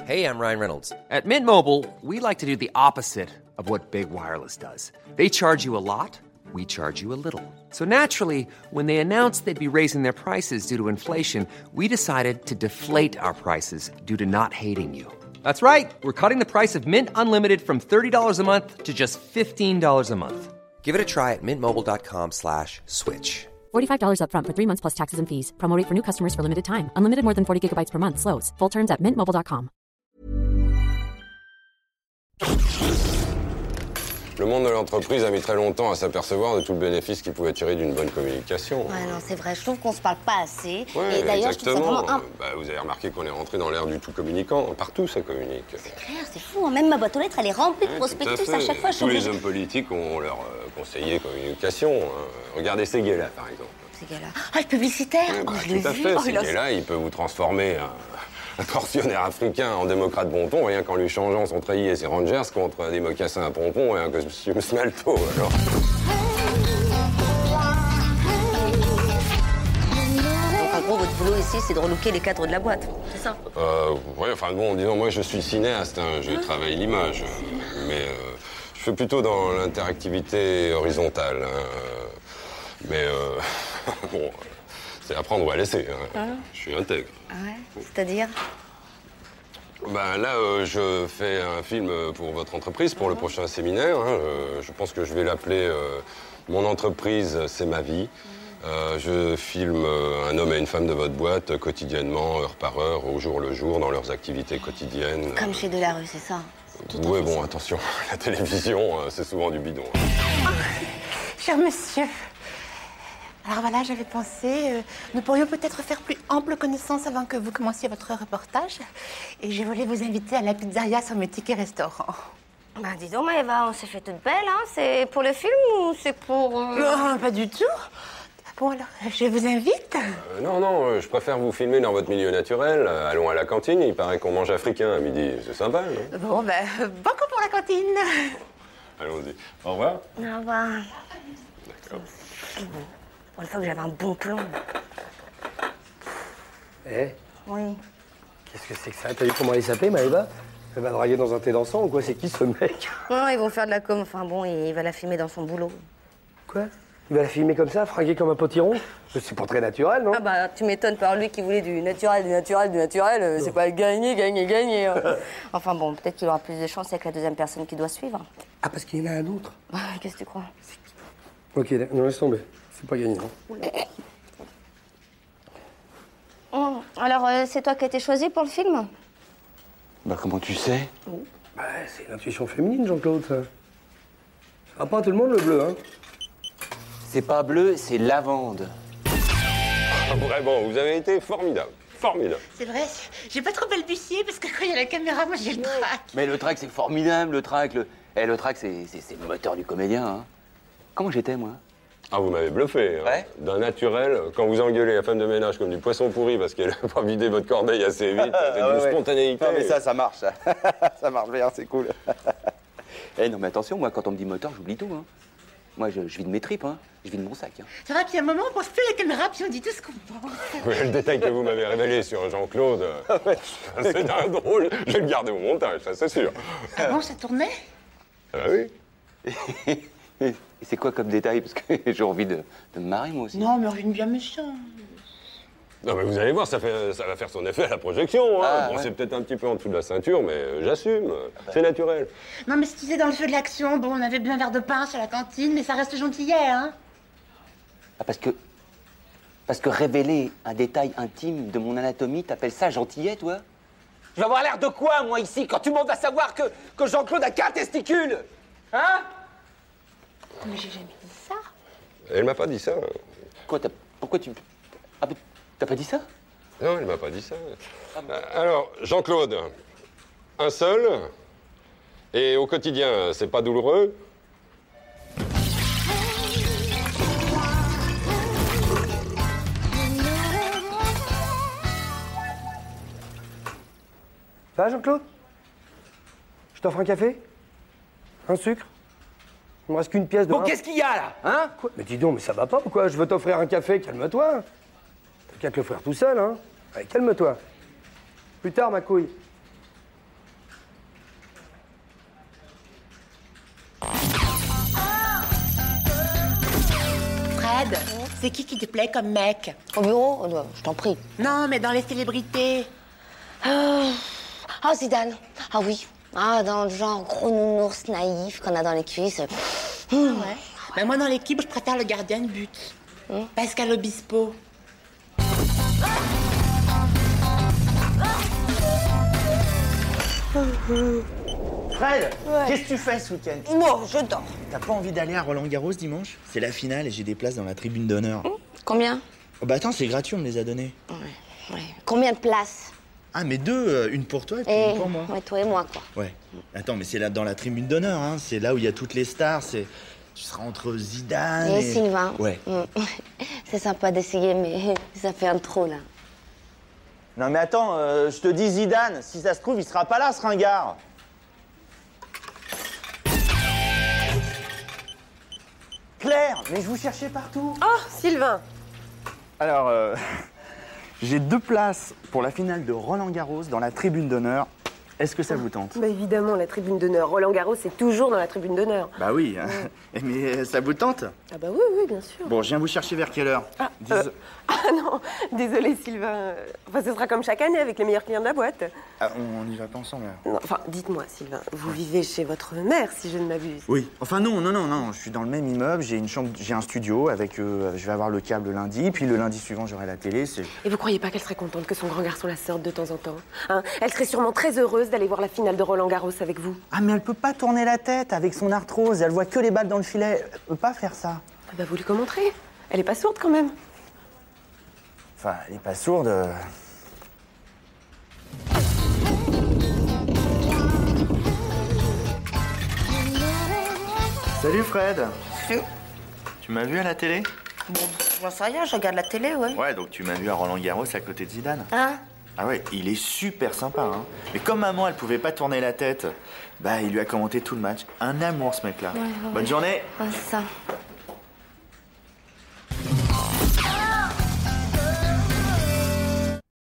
Hey, I'm Ryan Reynolds. At Mint Mobile, we like to do the opposite of what Big Wireless does. They charge you a lot, we charge you a little. So naturally, when they announced they'd be raising their prices due to inflation, we decided to deflate our prices due to not hating you. That's right. We're cutting the price of Mint Unlimited from $30 a month to just $15 a month. Give it a try at mintmobile.com/switch. $45 up front for 3 months plus taxes and fees. Promo rate for new customers for limited time. Unlimited more than 40 gigabytes per month. Slows full terms at mintmobile.com. Le monde de l'entreprise a mis très longtemps à s'apercevoir de tout le bénéfice qu'il pouvait tirer d'une bonne communication. Ouais, non, c'est vrai, je trouve qu'on se parle pas assez. Ouais, et d'ailleurs, je trouve ça exactement. vraiment... Vous avez remarqué qu'on est rentré dans l'ère du tout communicant. Partout, ça communique. C'est clair, c'est fou, hein. Même ma boîte aux lettres, elle est remplie de prospectus à chaque fois. Tous les hommes politiques ont leur conseiller communication. Regardez Séguéla, par exemple. Séguéla. Ah, le publicitaire. Je l'ai vu. Tout à fait. Séguéla, il peut vous transformer un tortionnaire africain en démocrate bon ton, rien qu'en lui changeant son treillis et ses rangers contre des mocassins à pompons et un costume smalto, alors. Donc, en gros, votre boulot ici, c'est de relooker les cadres de la boîte, c'est ça? Ouais, enfin bon, disons, moi je suis cinéaste, hein, je travaille l'image, mais je fais plutôt dans l'interactivité horizontale, hein, mais bon, c'est à prendre ou à laisser, hein. Je suis intègre. Ah ouais? C'est-à-dire? Là, je fais un film pour votre entreprise, pour le prochain séminaire, hein, je pense que je vais l'appeler Mon entreprise, c'est ma vie. Je filme un homme et une femme de votre boîte quotidiennement, heure par heure, au jour le jour, dans leurs activités quotidiennes. Comme chez Delarue, c'est ça? Oui, bon, attention, la télévision, c'est souvent du bidon. Cher monsieur, alors voilà, j'avais pensé, nous pourrions peut-être faire plus ample connaissance avant que vous commenciez votre reportage. Et je voulais vous inviter à la pizzeria sur mes tickets restaurants. Bah dis donc, Maëva, on s'est fait toute belle, hein. C'est pour le film ou c'est pour... Non, pas du tout. Bon alors, je vous invite. Non, je préfère vous filmer dans votre milieu naturel. Allons à la cantine, il paraît qu'on mange africain à midi. C'est sympa, non? Bon, bon coup pour la cantine. Allons-y. Au revoir. Au revoir. D'accord. Pour une fois que j'avais un bon plan. Eh? Oui. Qu'est-ce que c'est que ça? T'as vu comment elle s'appelle, Maëva? Elle va draguer dans un thé dansant ou quoi? C'est qui ce mec? Non, ils vont faire de la com. Enfin bon, il va la filmer dans son boulot. Quoi? Il va la filmer comme ça, fringuer comme un potiron? C'est pas très naturel, non? Ah bah, tu m'étonnes par lui qui voulait du naturel. C'est pas gagner. Hein. Enfin bon, peut-être qu'il aura plus de chance avec la deuxième personne qui doit suivre. Ah, parce qu'il y en a un autre? Qu'est-ce que tu crois? Ok, non, laisse tomber. C'est pas gagné, non? Alors, c'est toi qui as été choisi pour le film? Bah, comment tu sais? C'est l'intuition féminine, Jean-Claude, ça. Ça va pas à tout le monde, le bleu, hein? C'est pas bleu, c'est lavande. Vraiment, vous avez été formidable. Formidable. C'est vrai, j'ai pas trop balbutié parce que quand il y a la caméra, moi j'ai le trac. Mais le track, c'est formidable, le track. Le track, c'est le moteur du comédien, hein. Comment j'étais, moi? Ah, vous m'avez bluffé. Hein. Ouais. D'un naturel, quand vous engueulez la femme de ménage comme du poisson pourri parce qu'elle n'a pas vidé votre corbeille assez vite, c'est d'une spontanéité. Non, mais ça marche, ça. Ça marche bien, c'est cool. Non, mais attention, moi, quand on me dit moteur, j'oublie tout, hein. Moi, je vis de mes tripes, hein. Je vis de mon sac, hein. C'est vrai, puis à un moment, on pense plus à la caméra, puis on dit tout ce qu'on pense. Oui, le détail que vous m'avez révélé sur Jean-Claude, c'est un drôle. Je vais le garder au montage, ça, c'est sûr. Ah bon, ça tournait? Ah bah oui. Et c'est quoi comme détail? Parce que j'ai envie de me marrer, moi aussi. Non, mais rien de bien méchant. Non, mais vous allez voir, ça va faire son effet à la projection. Hein. Ah, Bon, ouais. c'est peut-être un petit peu en dessous de la ceinture, mais j'assume. C'est naturel. Non, mais si tu sais, dans le feu de l'action, bon, on avait bien un verre de pain sur la cantine, mais ça reste gentillet, hein. Ah, parce que révéler un détail intime de mon anatomie, t'appelles ça gentillet, toi? Je vais avoir l'air de quoi, moi, ici, quand tout le monde va savoir que Jean-Claude a qu'un testicule? Hein? Mais j'ai jamais dit ça. Elle m'a pas dit ça. Quoi, pourquoi tu... Ah, mais t'as pas dit ça? Non, elle m'a pas dit ça. Alors, Jean-Claude, un seul, et au quotidien, c'est pas douloureux? Ça va, Jean-Claude? Je t'offre un café? Un sucre? Il me reste qu'une pièce de... Bon, qu'est-ce qu'il y a, là? Hein? Quoi? Mais dis donc, mais ça va pas ou quoi? Je veux t'offrir un café, calme-toi. T'as qu'à te l'offrir tout seul, hein? Allez, calme-toi. Plus tard, ma couille. Fred, c'est qui te plaît comme mec? Au bureau? Oh, non, je t'en prie. Non, mais dans les célébrités. Ah, Zidane. Ah oui. Ah, dans le genre gros nounours naïf qu'on a dans les cuisses. Ah ouais. Ben moi, dans l'équipe, je préfère le gardien de but. Pascal Obispo. Fred, qu'est-ce que tu fais ce week-end? Moi, je dors. T'as pas envie d'aller à Roland-Garros dimanche? C'est la finale et j'ai des places dans la tribune d'honneur. Combien? Oh, bah attends, c'est gratuit, on me les a données. Ouais. Combien de places? Ah, mais deux, une pour toi et puis une pour moi. Ouais, toi et moi, quoi. Ouais. Attends, mais c'est là dans la tribune d'honneur, hein. C'est là où il y a toutes les stars. Tu seras entre Zidane Et Sylvain. Ouais. C'est sympa d'essayer, mais ça fait un trop, là. Non mais attends, je te dis Zidane, si ça se trouve, il sera pas là, ce ringard. Claire, mais je vous cherchais partout. Oh, Sylvain! Alors, j'ai 2 places pour la finale de Roland-Garros dans la tribune d'honneur. Est-ce que ça vous tente? Bah évidemment, la tribune d'honneur. Roland-Garros, c'est toujours dans la tribune d'honneur. Bah oui, hein. Mais ça vous tente? Ah bah oui, bien sûr. Bon, je viens vous chercher vers quelle heure? Ah non, désolé Sylvain. Enfin, ce sera comme chaque année avec les meilleurs clients de la boîte. Ah, on n'y va pas ensemble, là. Non, enfin, dites-moi Sylvain, vous vivez chez votre mère, si je ne m'abuse. Oui. Enfin non, je suis dans le même immeuble, j'ai une chambre, j'ai un studio avec, je vais avoir le câble lundi, puis le lundi suivant j'aurai la télé, c'est... Et vous croyez pas qu'elle serait contente que son grand garçon la sorte de temps en temps, hein? Elle serait sûrement très heureuse d'aller voir la finale de Roland-Garros avec vous. Ah mais elle peut pas tourner la tête avec son arthrose, elle voit que les balles dans le filet, elle peut pas faire ça. Ah bah vous lui commenterez. Elle est pas sourde quand même. Enfin, elle est pas sourde. Salut Fred. Tu m'as vu à la télé? Bon, j'en sais rien, je regarde la télé, ouais. Ouais, donc tu m'as vu à Roland-Garros à côté de Zidane. Hein? Ah ouais, il est super sympa, hein. Mais comme maman, elle pouvait pas tourner la tête, bah il lui a commenté tout le match. Un amour, ce mec-là. Ouais. Bonne journée. Ouais, c'est ça.